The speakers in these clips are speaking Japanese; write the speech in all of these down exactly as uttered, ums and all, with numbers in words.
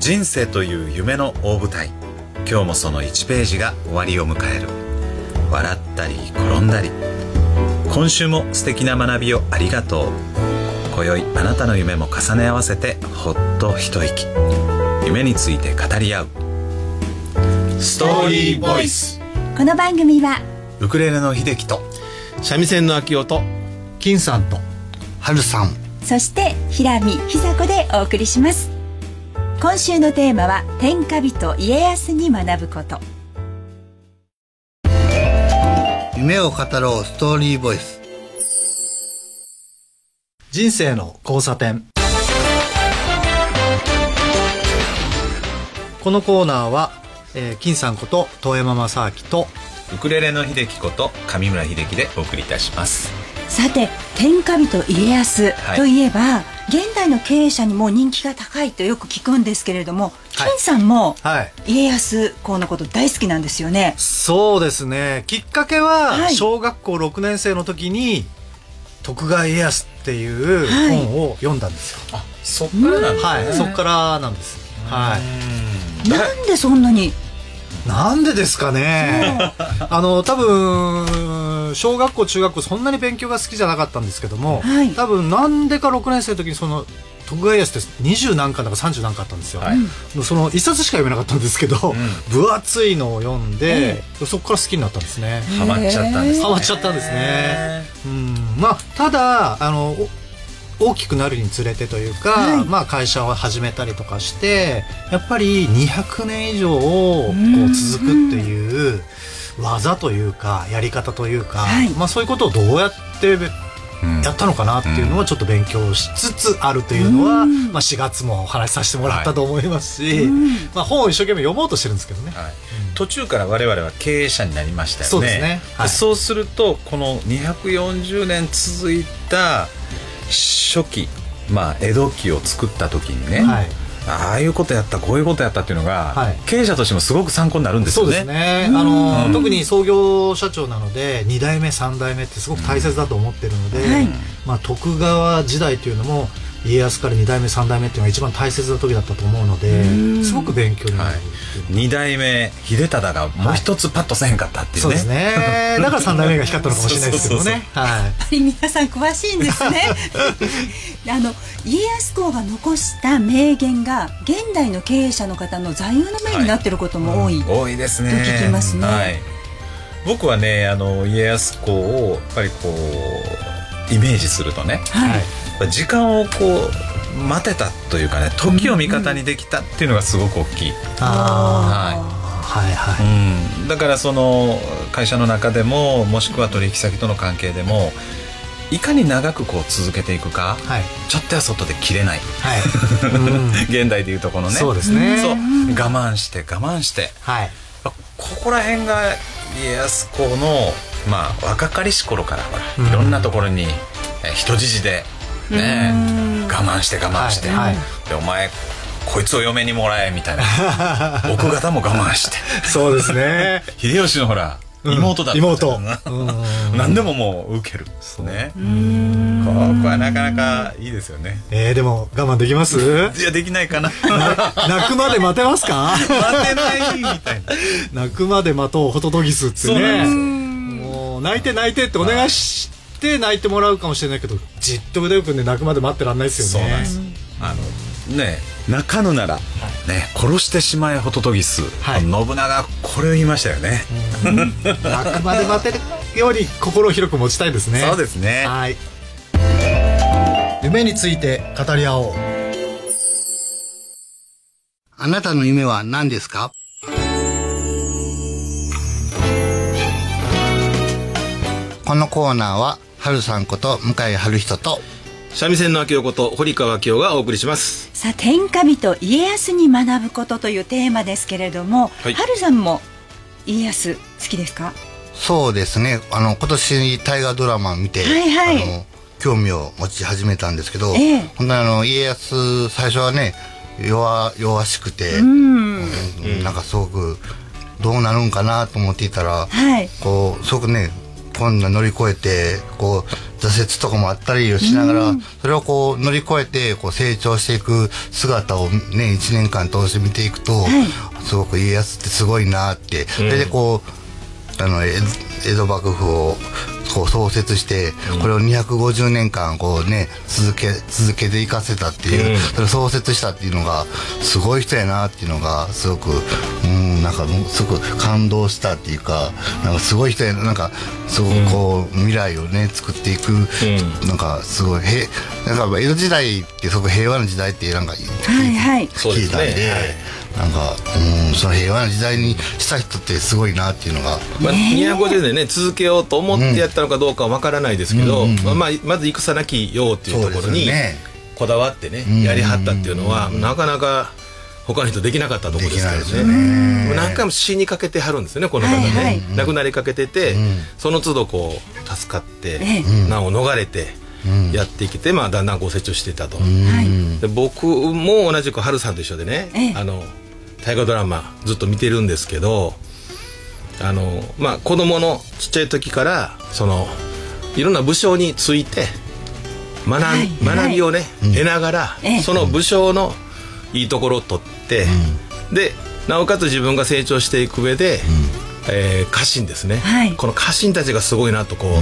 人生という夢の大舞台、今日もそのいちページが終わりを迎える。笑ったり転んだり、今週も素敵な学びをありがとう。今宵あなたの夢も重ね合わせてほっと一息、夢について語り合うストーリーボイス。 この番組はウクレレの秀樹と三味線の秋音と金さんと春さん、 そして平見久子でお送りします。今週のテーマは天下人家康に学ぶこと。 夢を語ろうストーリーボイス。 人生の交差点。このコーナーは、えー、金さんこと遠山正明とウクレレの秀樹こと上村秀樹でお送りいたします。 さて、天下人家康といえば、はい、現代の経営者にも人気が高いとよく聞くんですけれども、はい、金さんも家康公のこと大好きなんですよね。 そうですね。きっかけは小学校ろくねん生の時に徳川家康っていう本を読んだんですよ。 はい、あ、そっからなんですね。 はい、そっからなんです。はい。 なんでそんなに？ なんでですかね。あの多分小学校中学校そんなに勉強が好きじゃなかったんですけども、はい、多分なんでかろくねん生の時にその徳川家康ってにじゅう何巻だかさんじゅう何巻あったんですよ。はい、そのいっさつしか読めなかったんですけど、うん、分厚いのを読んで、えー、そこから好きになったんですね。 ハマっちゃったんですね。 ハマっちゃったんですね。うん、まあただあの大きくなるにつれてというか、はい、まあ会社を始めたりとかしてやっぱりにひゃくねん以上をこう続くっていう技というかやり方というか、はい、まあそういうことをどうやってやったのかなっていうのはちょっと勉強しつつあるというのは、まあ、しがつもお話しさせてもらったと思いますし、はい、まあ、本を一生懸命読もうとしてるんですけどね。はい、 うん、途中から我々は経営者になりましたよね。 そうですね。はい、 そうするとこのにひゃくよんじゅうねん続いた初期、まあ、江戸期を作った時にね、はい、ああいうことやったこういうことやったっていうのが、はい、経営者としてもすごく参考になるんですよね。 そうですね。あの、うん、特に創業社長なのでに代目さん代目ってすごく大切だと思ってるので、うん、まあ、徳川時代というのも家康からに代目さん代目っていうのが一番大切な時だったと思うのですごく勉強になる、はい、 に代目秀忠がもう一つパッとせへんかったっていうね、 はい、そうですね。だからさん代目が光ったのかもしれないですけどね。 やっぱり皆さん詳しいんですね。あの家康公が残した名言が現代の経営者の方の座右の銘になっていることも多い、はい、うん、 多いですねと聞きますね。はい、 僕はね、あの家康公をやっぱりこうイメージするとね、はい、時間をこう待てたというかね、時を味方にできたっていうのがすごく大きい。 あ、はいはいはい、 うん、だからその会社の中でももしくは取引先との関係でもいかに長くこう続けていくか、はい、ちょっとや外で切れない、はい、うん、現代でいうとこのね、 そうですね、 そう、我慢して我慢して、はい、ここら辺が家康公の、まあ、若かりし頃からほら、うん、いろんなところにえ人質で、ね、我慢して我慢して、はいはい、でお前こいつを嫁にもらえみたいな奥方も我慢してそうですね。 秀吉のほら妹だった、 うん、妹何でももう受けるね。ここはなかなかいいですよね。 えー、でも我慢できます？ いやできないかな。 泣くまで待てますか？ 待てないみたいな。泣くまで待とうホトトギスってね。もう泣いて泣いてってお願いして泣いてもらうかもしれないけど、じっと腕を組んで泣くまで待ってらんないですよね。 そうなんです。あのね、泣かぬなら、ね、殺してしまえホトトギス、はい、信長これを言いましたよね。 泣くまで待てるより心を広く持ちたいですね。 そうですね。 はい。夢について語り合おう。 あなたの夢は何ですか？このコーナーは春さんこと向井春人と三味線の秋代こと堀川清がお送りします。 さあ、天下人家康に学ぶことというテーマですけれども、はい、春さんも家康好きですか？ そうですね。あの今年大河ドラマを見て、はいはい、あの興味を持ち始めたんですけど、ええ、本当にあの家康最初はね 弱, 弱しくて、うん、なんかすごくどうなるんかなと思っていたら、はい、こうすごくねこんな乗り越えてこう挫折とかもあったりしながら、それをこう乗り越えてこう成長していく姿をねいちねんかん通して見ていくと、すごく家康ってすごいなって、それでこうあの江戸幕府をこう創設して、これをにひゃくごじゅうねんかんこうね続け続けていかせたっていう、それを創設したっていうのがすごい人やなっていうのがすごく、うんなんかすごく感動したっていうか、なんかすごい人やな、なんかすごくこう未来をね作っていく、なんかすごいへなんか江戸時代ってすごく平和な時代ってなんか聞いたんで。なんかうんその平和な時代にした人ってすごいなっていうのが、 まあ、にひゃくごじゅうねんね続けようと思ってやったのかどうかは分からないですけど、まあ、まあまず戦なきようっていうところにこだわってねやりはったっていうのはなかなか他の人できなかったところですからね。何回も死にかけてはるんですよねこの方ね、はいはい、亡くなりかけてて、うん、その都度こう助かって難を逃れてやってきて、まあ、だんだんご成長してたと、うん、で僕も同じく春さんと一緒でね、ええ、あの大河ドラマずっと見てるんですけど、あの、まあ、子供のちっちゃい時からそのいろんな武将について学, はい、学びをね、はい、得ながら、うん、その武将のいいところを取って、うん、でなおかつ自分が成長していく上で、うんえー、家臣ですね、はい、この家臣たちがすごいなとこう、うん、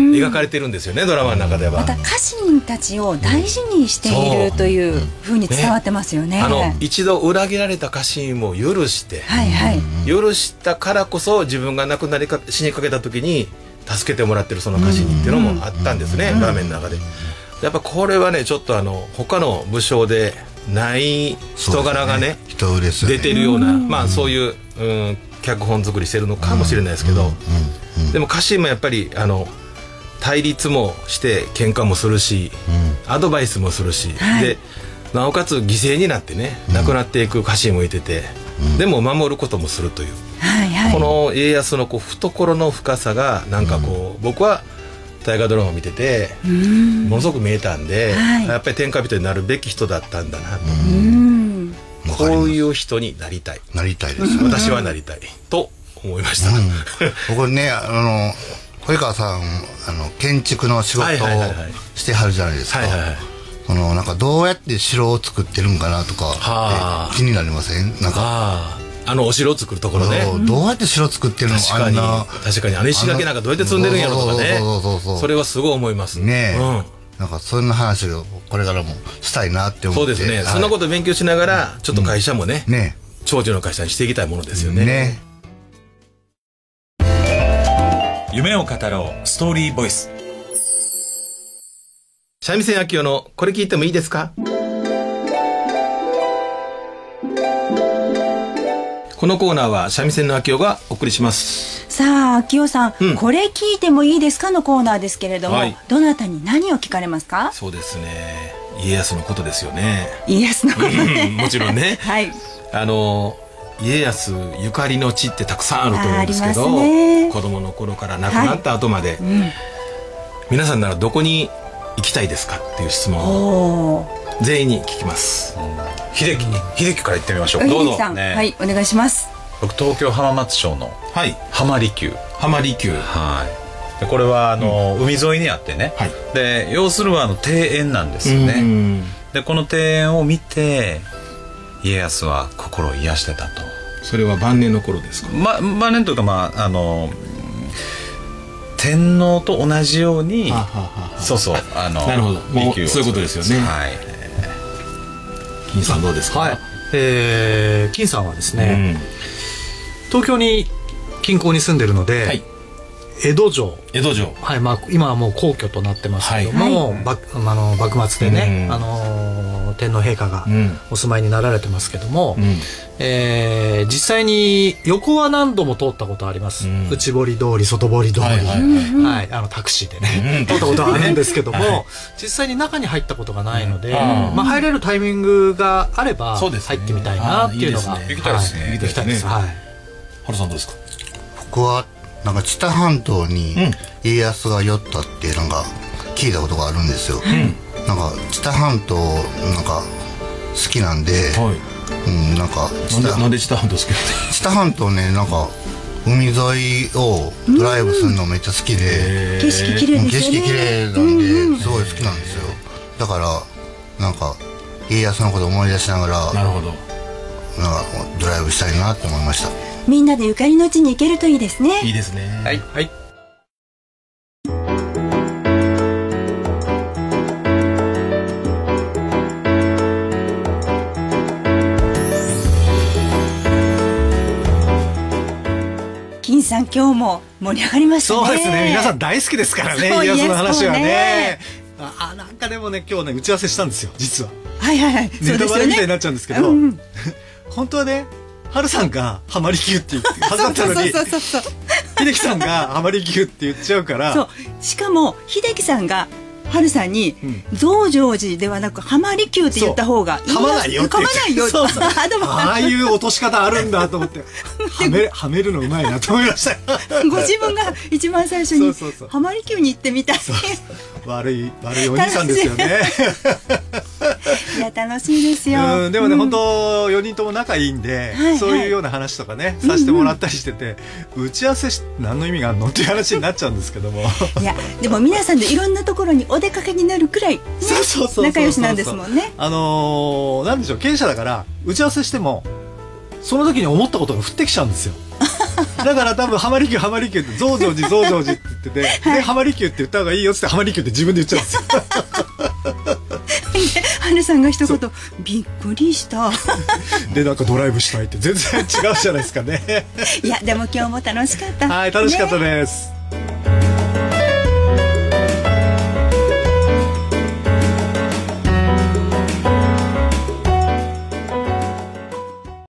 描かれてるんですよねドラマの中では。 また家臣たちを大事にしているというふうに伝わってますよね。 あの一度裏切られた家臣を許して、はいはい、許したからこそ自分が亡くなりか死にかけた時に助けてもらってるその家臣っていうのもあったんですね、場面の中で。やっぱこれはねちょっとあの他の武将でない人柄が ね, ね出てるような、まあそういう、うん脚本作りしてるのかもしれないですけど、でも家臣もやっぱりあの対立もして喧嘩もするし、うん、アドバイスもするし、はい、でなおかつ犠牲になってね、うん、亡くなっていく家臣もいてて、うん、でも守ることもするという、はいはい、この家康のこう懐の深さがなんかこう、うん、僕は大河ドラマを見てて、うん、ものすごく見えたんで、はい、やっぱり天下人になるべき人だったんだなと、うんこういう人になりたいなりたいです、 私はなりたいと思いました、うん、 僕ねあの堀川さんあの建築の仕事をしてはるじゃないですか。このなんかどうやって城を作ってるんかなとか気になりません？なんかあのお城を作るところね、 どうやって城作ってるの？ 確かに確かにあの石垣なんかどうやって積んでるんやろとかね、それはすごい思いますね。なんかそんな話をこれからもしたいなって思って。 そうですね、はい、そんなことを勉強しながらちょっと会社もね、うん、ね長寿の会社にしていきたいものですよね。ね夢を語ろうストーリーボイス。 三味線秋代のこれ聞いてもいいですか。このコーナーは三味線の秋代がお送りします。 さあ秋代さん、うん、これ聞いてもいいですかのコーナーですけれども、はい、どなたに何を聞かれますか。 そうですね、家康のことですよね。 家康のことねもちろんね、 はい、 あの家康ゆかりの地ってたくさんあると思うんですけど、 ね、 子供の頃から亡くなった後まで、はいうん、皆さんならどこに行きたいですかっていう質問を全員に聞きます。 秀樹秀樹から言ってみましょう。 どうぞ、ね、はいお願いします。 僕東京浜松町の浜離宮、 浜離宮、 はい、でこれはあの、うん、海沿いにあってね、はい、で要するはあの庭園なんですよね。でこの庭園を見て家康は心を癒してたと。 それは晩年の頃ですか。 ま、晩年というか、まあ、あの天皇と同じようにはははそうそうあのなるほどもうそういうことですよね。はい、金さんどうですか。 はい、えー、金さんはですね、うん、東京に近郊に住んでるので、はい、江戸城江戸城、 はいまあ、今はもう皇居となってますけども、はい、あの幕末でね、うん、あの天皇陛下がお住まいになられてますけども、うんえー、実際に横は何度も通ったことあります、うん、内堀通り外堀通り、はいはいはい、あのタクシーでね、うん、通ったことはあるんですけども、はい、実際に中に入ったことがないので、うんまあ、入れるタイミングがあれば入ってみたいなっていうのが、 行きたいですね。 行きたいです。はい。 原さんどうですか。 僕はなんか知多半島に家康が寄ったってなんか聞いたことがあるんですよ。うん、なんか知多半島なんか好きなんで、はいうん、なんかなんでなんで知多半島好きなんですか。知多半島ねなんか海沿いをドライブするのめっちゃ好きで、 景色綺麗ですよね。 景色綺麗なんですごい好きなんですよ。だからなんか家康のことを思い出しながら、 なるほど、 なんかドライブしたいなって思いました。 みんなでゆかりの地に行けるといいですね。 いいですね。 はい、 はい。 金さん、今日も盛り上がりましたね。 そうですね、皆さん大好きですからね、家康の話はね。あ、なんかでもね、今日ね打ち合わせしたんですよ、実は。 はいはいはい。 ネタバレみたいになっちゃうんですけど、うん、本当はね、春さんがハマりきゅうって言ってはずだったのに、秀樹さんがハマりきゅうって言っちゃうから。 そう、しかも秀樹さんが春さんに、うん、増上寺ではなく浜離宮って言った方がいい。 噛まないよって噛まないよ。 そうそうああいう落とし方あるんだと思ってはめはめるのうまいなと思いましたご自分が一番最初に浜離宮に行ってみたい。 悪い悪いお兄さんですよねいや楽しいですよ。 うん、でもね、うん、本当よにんとも仲いいんで、はいはい、そういうような話とかねさせてもらったりしてて、うんうん、打ち合わせし何の意味があるのっていう話になっちゃうんですけどもいやでも皆さんでいろんなところにお出かけになるくらい、ね、仲良しなんですもんね。 あのー、なんでしょう、経営者だから打ち合わせしてもその時に思ったことが降ってきちゃうんですよだから多分浜離宮浜離宮って増上寺増上寺って言ってて、はい、で浜離宮って言った方がいいよって浜離宮って自分で言っちゃうんですよ春さんが一言びっくりしたでなんかドライブしたいって全然違うじゃないですかねいやでも今日も楽しかった。 はい、楽しかったです、ね。